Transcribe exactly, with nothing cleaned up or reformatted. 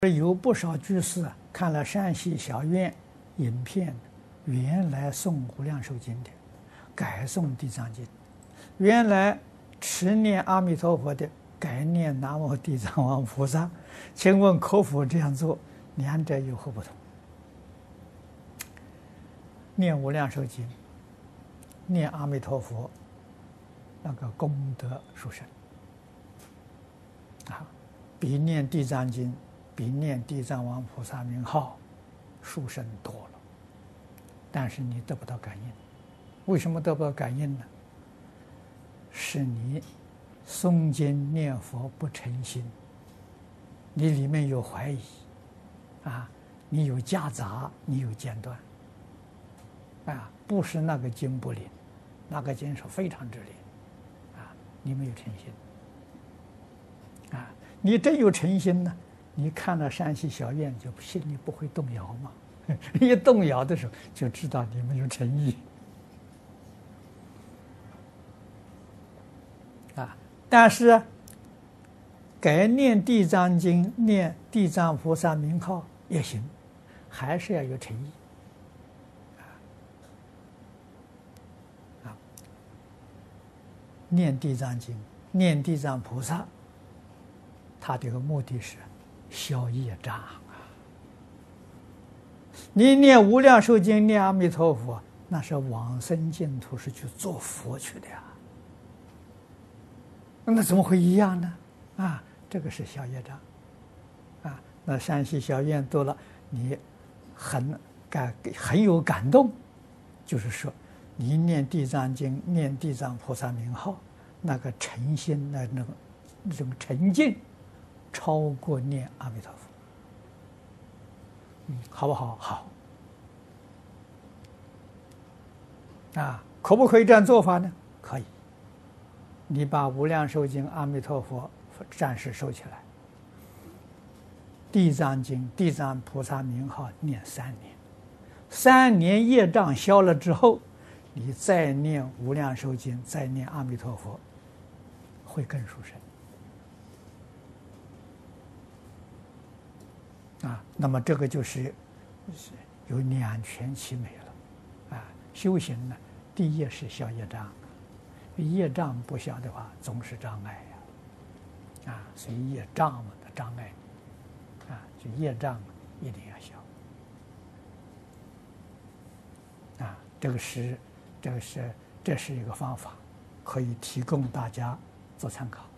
有不少居士看了山西小院影片，原来诵无量寿经的，改诵地藏经；原来持念阿弥陀佛的，改念南无地藏王菩萨。请问可否这样做？两者有何不同？念无量寿经，念阿弥陀佛，那个功德殊胜啊，比念地藏经，比念地藏王菩萨名号殊胜多了。但是你得不到感应，为什么得不到感应呢？是你诵经念佛不诚心，你里面有怀疑啊，你有夹杂，你有间断啊，不是那个经不灵，那个经是非常之灵啊，你没有诚心啊，你真有诚心呢，你看了山西小院就心里不会动摇嘛，一动摇的时候就知道你没有诚意啊。但是改念地藏经，念地藏菩萨名号也行，还是要有诚意啊。念地藏经，念地藏菩萨，他这个目的是消业障啊。你念无量寿经，念阿弥陀佛，那是往生净土，是去做佛去的呀。那怎么会一样呢？啊，这个是消业障啊。那山西小院多了，你很感很有感动，就是说你念地藏经，念地藏菩萨名号，那个诚心的那个那种沉静，超过念阿弥陀佛。嗯，好不好？好。啊，可不可以这样做法呢？可以。你把无量寿经、阿弥陀佛暂时收起来，地藏经、地藏菩萨名号念三年，三年业障消了之后，你再念无量寿经，再念阿弥陀佛，会更殊胜啊。那么这个就是有两全其美了啊。修行呢，第一是消业障，业障不消的话，总是障碍呀，啊，所以业障嘛的障碍，啊，就业障一定要消，啊，这个是，这个是，这是一个方法，可以提供大家做参考。